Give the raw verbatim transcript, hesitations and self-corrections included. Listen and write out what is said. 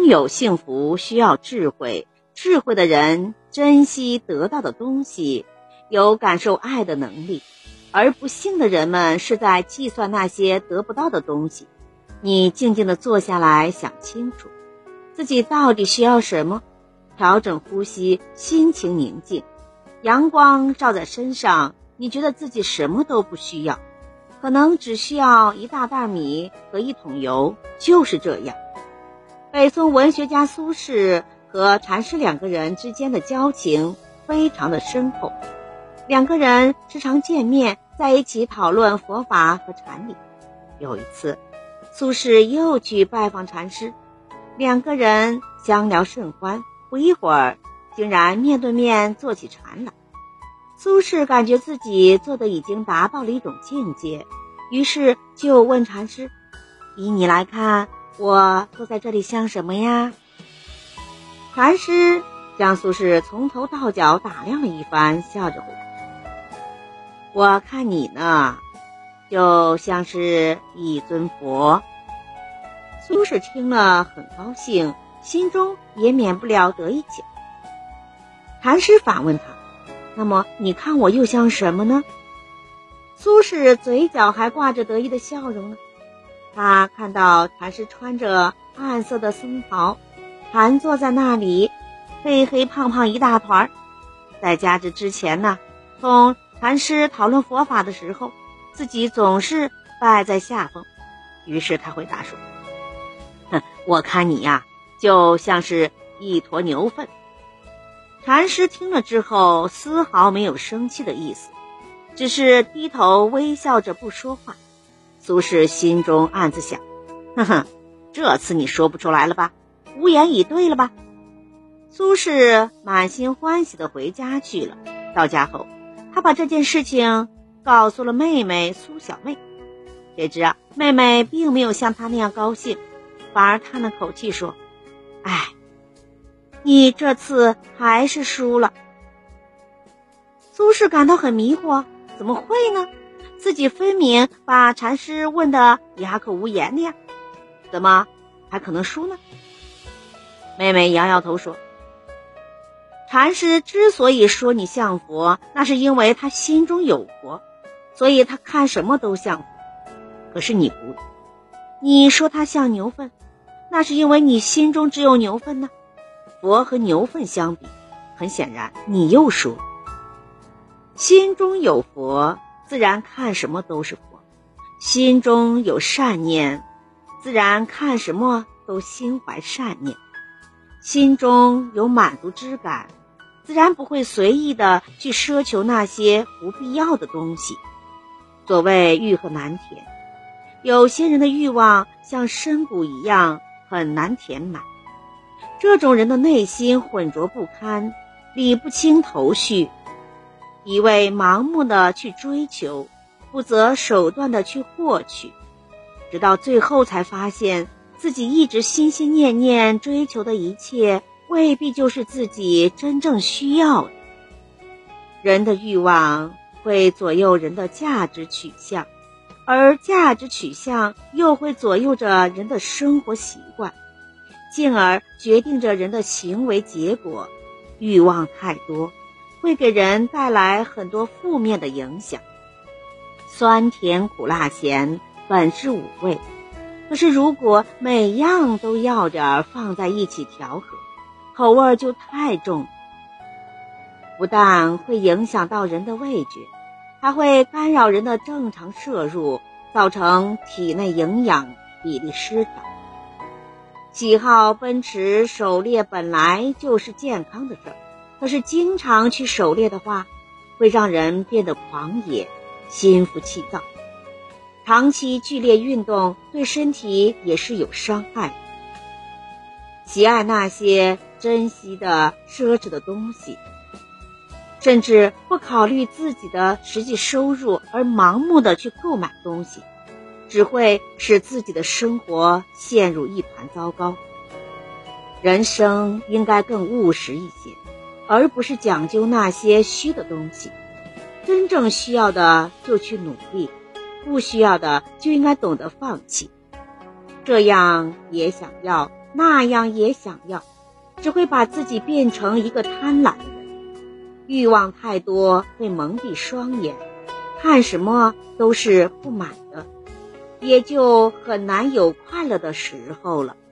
有幸福需要智慧，智慧的人珍惜得到的东西，有感受爱的能力，而不幸的人们是在计算那些得不到的东西。你静静地坐下来，想清楚自己到底需要什么，调整呼吸，心情宁静，阳光照在身上，你觉得自己什么都不需要，可能只需要一大袋米和一桶油，就是这样。北宋文学家苏轼和禅师两个人之间的交情非常的深厚，两个人时常见面，在一起讨论佛法和禅理。有一次，苏轼又去拜访禅师，两个人相聊甚欢，不一会儿竟然面对面坐起禅来。苏轼感觉自己做的已经达到了一种境界，于是就问禅师：以你来看，我坐在这里像什么呀？禅师将苏轼从头到脚打量了一番，笑着回答：我看你呢，就像是一尊佛。苏轼听了很高兴，心中也免不了得一奖。禅师反问他：那么你看我又像什么呢？苏轼嘴角还挂着得意的笑容呢。他看到禅师穿着暗色的僧袍，盘坐在那里，黑黑胖胖一大团。再加之之前呢，同禅师讨论佛法的时候，自己总是败在下风，于是他回答说：哼，我看你呀，就像是一坨牛粪。禅师听了之后丝毫没有生气的意思，只是低头微笑着不说话。苏轼心中暗自想：哼哼，这次你说不出来了吧，无言以对了吧。苏轼满心欢喜地回家去了。到家后，他把这件事情告诉了妹妹苏小妹。谁知啊，妹妹并没有像他那样高兴，反而叹了口气说：哎，你这次还是输了。苏轼感到很迷惑，怎么会呢？自己分明把禅师问得哑口无言的呀，怎么还可能输呢？妹妹摇摇头说：禅师之所以说你像佛，那是因为他心中有佛，所以他看什么都像佛。可是你不，你说他像牛粪，那是因为你心中只有牛粪呢。佛和牛粪相比，很显然你又输了。心中有佛，自然看什么都是佛；心中有善念，自然看什么都心怀善念；心中有满足之感，自然不会随意的去奢求那些不必要的东西。所谓欲壑难填，有些人的欲望像深谷一样很难填满，这种人的内心浑浊不堪，理不清头绪，一味盲目的去追求，不择手段的去获取，直到最后才发现自己一直心心念念追求的一切未必就是自己真正需要的。人的欲望会左右人的价值取向，而价值取向又会左右着人的生活习惯，进而决定着人的行为结果。欲望太多，会给人带来很多负面的影响。酸甜苦辣咸本是五味，可是如果每样都要点放在一起调和，口味就太重，不但会影响到人的味觉，还会干扰人的正常摄入，造成体内营养比例失调。喜好奔驰狩猎本来就是健康的事儿，可是经常去狩猎的话，会让人变得狂野，心浮气躁。长期剧烈运动对身体也是有伤害的。喜爱那些珍惜的奢侈的东西，甚至不考虑自己的实际收入而盲目的去购买东西，只会使自己的生活陷入一团糟糕。人生应该更务实一些，而不是讲究那些虚的东西。真正需要的就去努力，不需要的就应该懂得放弃。这样也想要， 那样也想要，只会把自己变成一个贪婪的人。欲望太多会蒙蔽双眼，看什么都是不满的，也就很难有快乐的时候了。